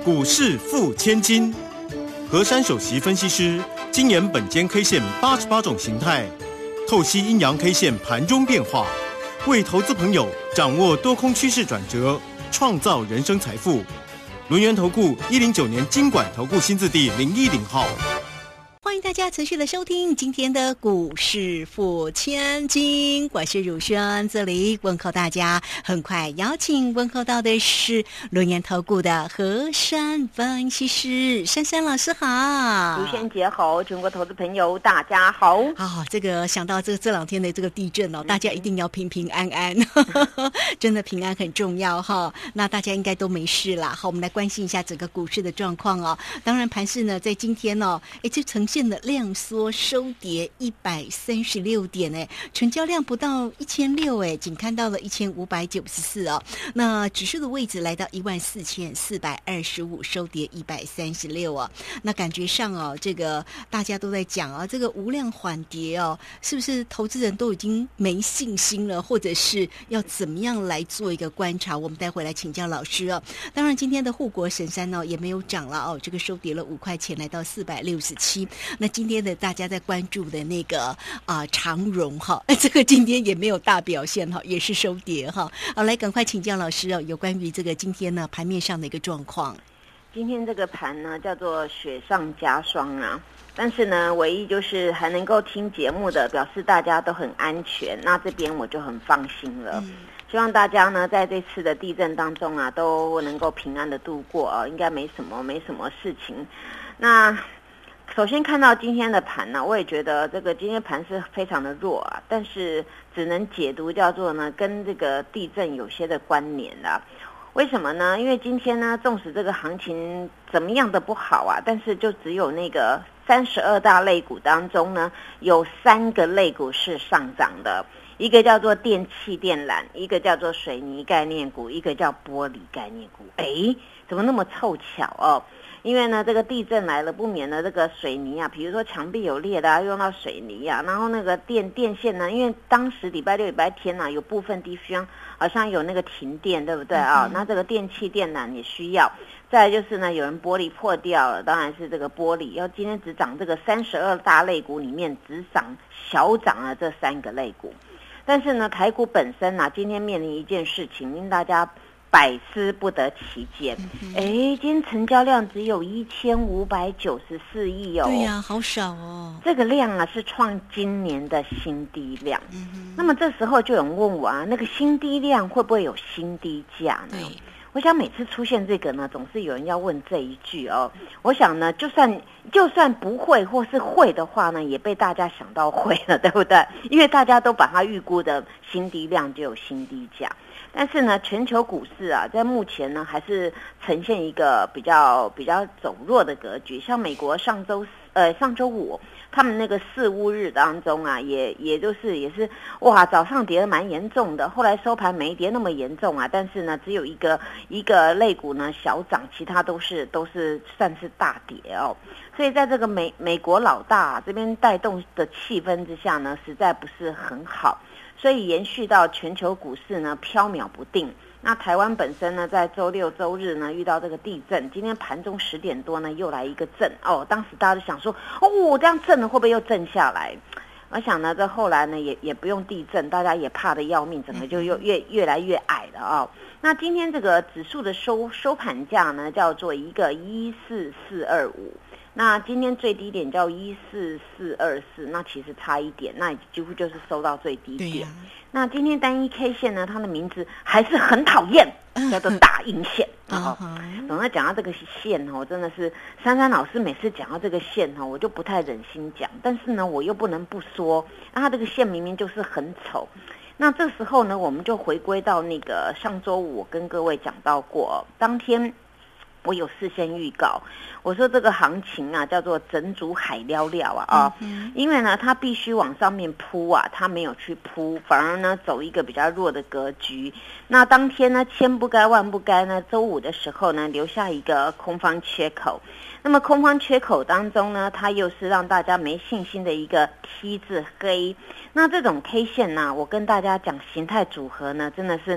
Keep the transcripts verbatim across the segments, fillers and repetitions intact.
股市付千金，和山首席分析师精研本间 K 线八十八种形态，透析阴阳 K 线盘中变化，为投资朋友掌握多空趋势转折，创造人生财富。轮源投顾一零九年金管投顾新字第零一零号。 欢迎大家持续的收听今天的股市付千金，我是汝轩，这里问候大家。很快邀请问候到的是轮源投顾的和山分析师珊珊老师好。 汝轩姐好，全国投资朋友大家好。 好、哦，这个想到这这两天的这个地震哦，大家一定要平平安安，真的平安很重要哈、哦。那大家应该都没事啦。好，我们来关心一下整个股市的状况哦。当然盘势呢，在今天哦，哎，这呈现的量缩收跌一百三十六点，哎，成交量不到一千六，哎，仅看到了一千五百九十四哦。那指数的位置来到一万四千四百二十五，收跌一百三十六哦。那感觉上哦，这个大家都在讲啊，这个无量缓跌哦，是不是投资人都已经没信心了，或者是要怎么样来做一个观察？我们待会来请教老师哦。当然，今天的护国神山哦也没有涨了哦，这个收跌了五块钱，来到四百六十七。那今天的大家在关注的那个啊、呃、长荣哈，这个今天也没有大表现哈，也是收跌哈。好，来赶快请教老师哦，有关于这个今天呢盘面上的一个状况。 今天这个盘呢叫做雪上加霜啊，但是呢唯一就是还能够听节目的，表示大家都很安全，那这边我就很放心了。嗯，希望大家呢在这次的地震当中啊都能够平安的度过啊，应该没什么没什么事情。那首先看到今天的盘呢、啊，我也觉得这个今天盘是非常的弱啊，但是只能解读叫做呢跟这个地震有些的关联啦。为什么呢？因为今天呢，纵使这个行情怎么样的不好啊，但是就只有那个三十二大类股当中呢，有三个类股是上涨的，一个叫做电气电缆，一个叫做水泥概念股，一个叫玻璃概念股。诶，怎么那么凑巧哦？因为呢，这个地震来了，不免的这个水泥啊，比如说墙壁有裂的啊，用到水泥啊，然后那个电电线呢，因为当时礼拜六、礼拜天啊，有部分地方好像有那个停电，对不对啊？嗯、那这个电气电缆也需要。再来就是呢，有人玻璃破掉了，当然是这个玻璃。要今天只涨这个三十二大类股里面，只涨小涨了这三个类股。但是呢，台股本身啊，今天面临一件事情，令大家百思不得其解。哎、嗯，今天成交量只有一千五百九十四亿哦。 对呀、啊，好少哦。 这个量啊是创今年的新低量。嗯，那么这时候就有人问我啊，那个新低量会不会有新低价呢？我想每次出现这个呢，总是有人要问这一句哦。我想呢，就算就算不会或是会的话呢，也被大家想到会了，对不对？因为大家都把它预估的新低量就有新低价。但是呢，全球股市啊，在目前呢，还是呈现一个比较比较走弱的格局。像美国上周呃上周五，他们那个四乌日当中啊，也也就是也是哇，早上跌得蛮严重的，后来收盘没跌那么严重啊，但是呢，只有一个一个类股呢小涨，其他都是都是算是大跌哦。所以在这个美美国老大、啊、这边带动的气氛之下呢，实在不是很好。所以延续到全球股市呢飘渺不定。那台湾本身呢，在周六周日呢遇到这个地震，今天盘中十点多呢又来一个震哦，当时大家就想说，哦，这样震了会不会又震下来？我想呢，这后来呢也也不用地震，大家也怕得要命，整个就又越越来越矮了哦。那今天这个指数的收收盘价呢，叫做一个一四四二五。那今天最低点叫一四四二四，那其实差一点，那几乎就是收到最低点。啊、那今天单一 K 线呢，它的名字还是很讨厌，叫做大阴线。哦，总在讲到这个线哦，真的是珊珊老师每次讲到这个线哦，我就不太忍心讲，但是呢，我又不能不说，那它这个线明明就是很丑。那这时候呢，我们就回归到那个上周五我跟各位讲到过，当天我有事先预告，我说这个行情啊叫做整组海撩撩啊啊、嗯，因为呢它必须往上面扑啊，它没有去扑，反而呢走一个比较弱的格局。那当天呢千不该万不该呢，周五的时候呢留下一个空方缺口。那么空方缺口当中呢，它又是让大家没信心的一个 T 字黑。那这种 K 线呢，我跟大家讲形态组合呢，真的是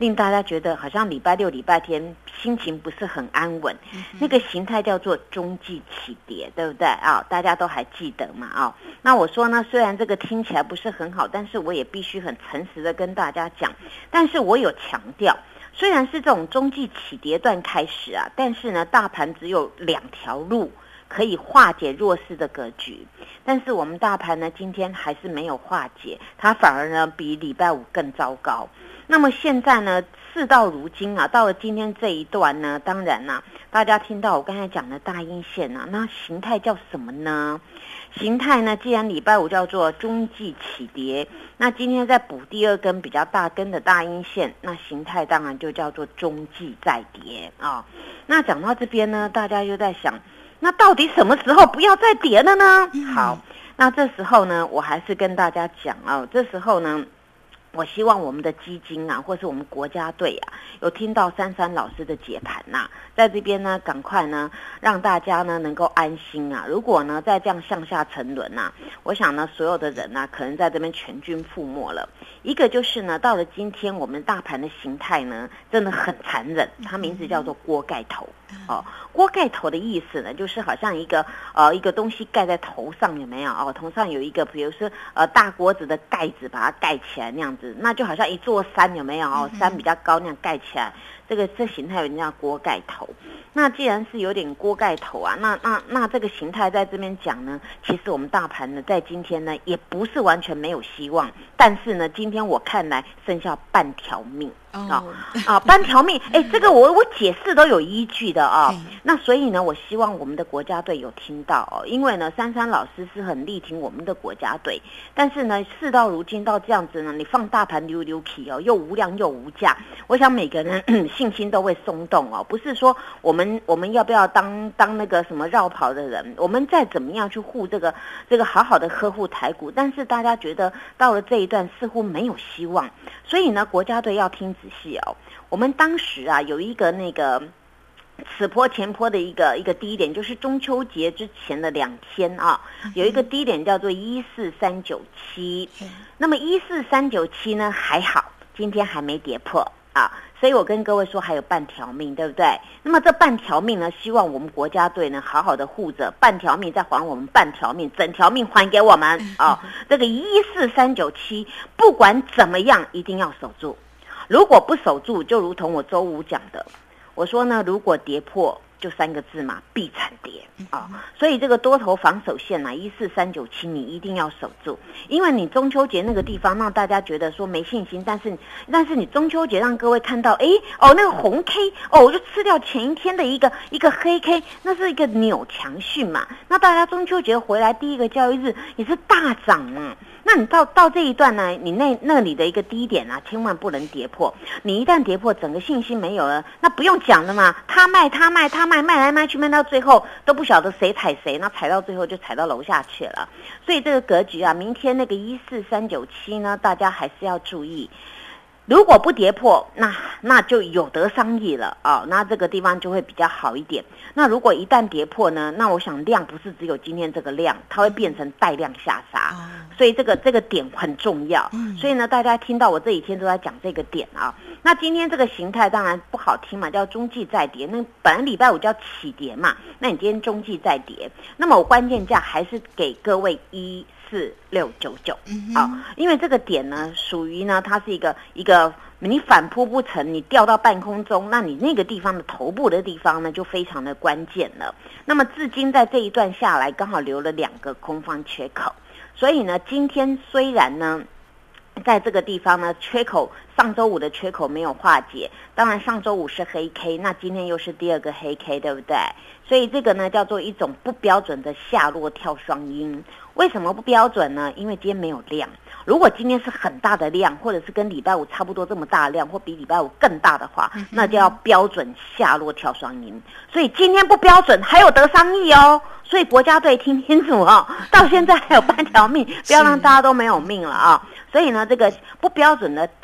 令大家觉得好像礼拜六礼拜天心情不是很安稳，嗯、那个形态叫做中继起跌，对不对啊？大家都还记得嘛啊？那我说呢，虽然这个听起来不是很好，但是我也必须很诚实的跟大家讲，但是我有强调，虽然是这种中继起跌段开始啊，但是呢，大盘只有两条路可以化解弱势的格局，但是我们大盘呢，今天还是没有化解，它反而呢比礼拜五更糟糕。那么现在呢，事到如今啊，到了今天这一段呢，当然啦、啊，大家听到我刚才讲的大阴线啊，那形态叫什么呢？形态呢，既然礼拜五叫做中继起跌，那今天再补第二根比较大根的大阴线，那形态当然就叫做中继再跌啊。那讲到这边呢，大家就在想，那到底什么时候不要再跌了呢？好，那这时候呢，我还是跟大家讲啊，这时候呢，我希望我们的基金啊，或是我们国家队啊，有听到珊珊老师的解盘呐、啊，在这边呢，赶快呢，让大家呢能够安心啊。如果呢再这样向下沉沦呐、啊，我想呢，所有的人呢、啊，可能在这边全军覆没了。一个就是呢，到了今天，我们大盘的形态呢，真的很残忍，它名字叫做锅盖头。哦，锅盖头的意思呢，就是好像一个呃一个东西盖在头上，有没有？哦，头上有一个，比如说呃大锅子的盖子，把它盖起来那样子，那就好像一座山，有没有？哦，山比较高那样盖起来，这个这形态有点叫锅盖头。那既然是有点锅盖头啊，那那那这个形态在这边讲呢，其实我们大盘呢，在今天呢，也不是完全没有希望，但是呢，今天我看来剩下半条命。啊、哦、啊，半条命，哎，这个我我解释都有依据的啊、哦。那所以呢，我希望我们的国家队有听到哦，因为呢，珊珊老师是很力挺我们的国家队，但是呢，事到如今到这样子呢，你放大盘溜溜起哦，又无量又无价，我想每个人信心都会松动哦。不是说我们我们要不要当当那个什么绕跑的人，我们再怎么样去护这个这个好好的呵护台股，但是大家觉得到了这一段似乎没有希望，所以呢，国家队要听仔细哦。我们当时啊有一个那个此波前波的一个一个低点，就是中秋节之前的两天啊，有一个低点叫做一四三九七。那么一四三九七呢还好，今天还没跌破啊，所以我跟各位说还有半条命，对不对？那么这半条命呢，希望我们国家队呢好好的护着，半条命再还我们半条命，整条命还给我们啊！这个一四三九七不管怎么样一定要守住。如果不守住，就如同我周五讲的，我说呢，如果跌破，就三个字嘛，必惨跌啊、哦！所以这个多头防守线啊，一四三九七，你一定要守住，因为你中秋节那个地方让大家觉得说没信心，但是但是你中秋节让各位看到，哎哦，那个红 K 哦，我就吃掉前一天的一个一个黑 K， 那是一个扭强讯嘛。那大家中秋节回来第一个交易日也是大涨嘛。那你到到这一段呢，你那那里的一个低点啊，千万不能跌破。你一旦跌破，整个信心没有了，那不用讲了嘛。他卖他卖他卖，卖来卖去，卖到最后都不晓得谁踩谁，那踩到最后就踩到楼下去了。所以这个格局啊，明天那个一四三九七呢，大家还是要注意。如果不跌破，那那就有得商议了啊、哦，那这个地方就会比较好一点。那如果一旦跌破呢，那我想量不是只有今天这个量，它会变成带量下杀，所以这个这个点很重要。所以呢，大家听到我这几天都在讲这个点啊。那今天这个形态当然不好听嘛，叫中继再跌。那本来礼拜五叫起跌嘛，那你今天中继再跌，那么我关键价还是给各位一四六九九啊，因为这个点呢，属于呢，它是一个一个你反扑不成，你掉到半空中，那你那个地方的头部的地方呢，就非常的关键了。那么至今在这一段下来，刚好留了两个空方缺口，所以呢，今天虽然呢，在这个地方呢，缺口上周五的缺口没有化解，当然上周五是黑 K， 那今天又是第二个黑 K， 对不对？所以这个呢叫做一种不标准的下落跳双阴。为什么不标准呢？因为今天没有量。如果今天是很大的量，或者是跟礼拜五差不多这么大的量，或比礼拜五更大的话，那就要标准下落跳双阴。所以今天不标准，还有得商议哦。所以国家队听清楚哦，到现在还有半条命，不要让大家都没有命了啊、哦。所以呢，这个不标准的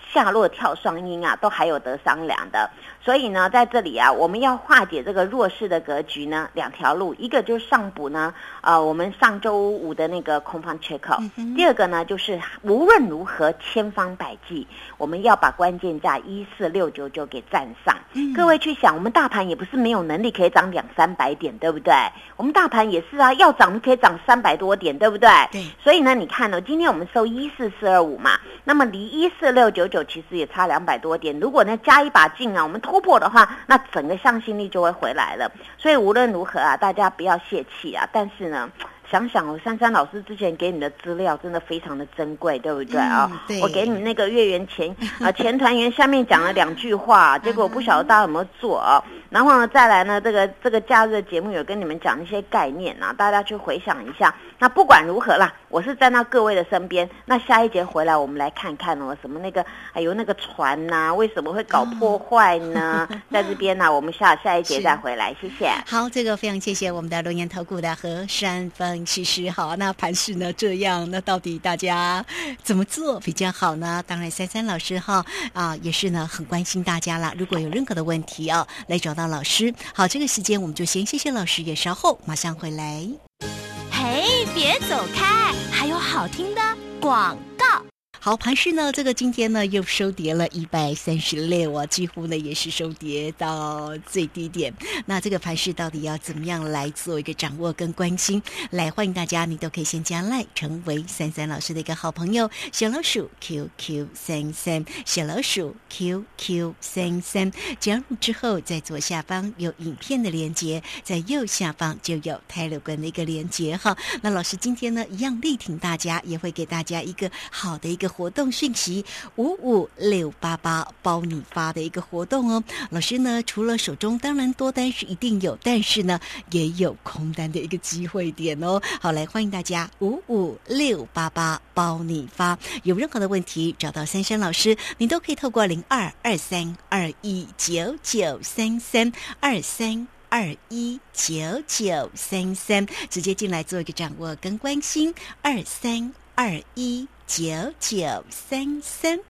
下落跳双阴啊，都还有得商量的。所以呢，在这里啊，我们要化解这个弱势的格局呢，两条路，一个就是上补呢，呃，我们上周五的那个空方缺口；嗯、第二个呢，就是无论如何千方百计，我们要把关键价一四六九九给站上。嗯、各位去想，我们大盘也不是没有能力可以涨两三百点，对不对？我们大盘也是啊，要涨可以涨三百多点，对不对？对。所以呢，你看呢、哦，今天我们收一四四二五嘛，那么离一四六九九其实也差两百多点。如果呢加一把劲啊，我们突破的话，那整个向心力就会回来了。所以无论如何啊，大家不要泄气啊。但是呢，想想哦，珊珊老师之前给你的资料真的非常的珍贵，对不对啊、嗯？对。我给你那个月圆前啊前团圆下面讲了两句话，结果我不晓得大家有没有做啊。然后呢，再来呢，这个这个假日的节目有跟你们讲一些概念啊，大家去回想一下。那不管如何啦，我是站到各位的身边。那下一节回来，我们来看看哦，什么那个还有那个船呐、啊，为什么会搞破坏呢？哦、在这边呢、啊，我们下下一节再回来，谢谢。 好，这个非常谢谢我们的龙岩投顾的和珊分析师。好，那盘势呢这样，那到底大家怎么做比较好呢？当然，珊珊老师哈啊也是呢很关心大家啦。如果有任何的问题啊，来找到老师。好，这个时间我们就先谢谢老师，也稍后马上回来。 嘿，别走开，还有好听的广告。 好，盘势呢，这个今天呢又收跌了一百三十六啊，几乎呢也是收跌到最低点。那这个盘势到底要怎么样来做一个掌握跟关心？来，欢迎大家，你都可以先加 LINE 成为珊珊老师的一个好朋友，小老鼠 Q Q 三三，小老鼠 Q Q 三三，加入之后，在左下方有影片的连结，在右下方就有Telegram的一个连结哈。那老师今天呢一样力挺大家，也会给大家一个好的一个活动讯息，五五六八八包你发的一个活动哦。老师呢除了手中当然多单是一定有，但是呢也有空单的一个机会点哦。好，来欢迎大家五五六八八包你发，有任何的问题找到珊珊老师，你都可以透过零二二三二一九九三三二三二一九九三三直接进来做一个掌握跟关心，二三二一九九三三。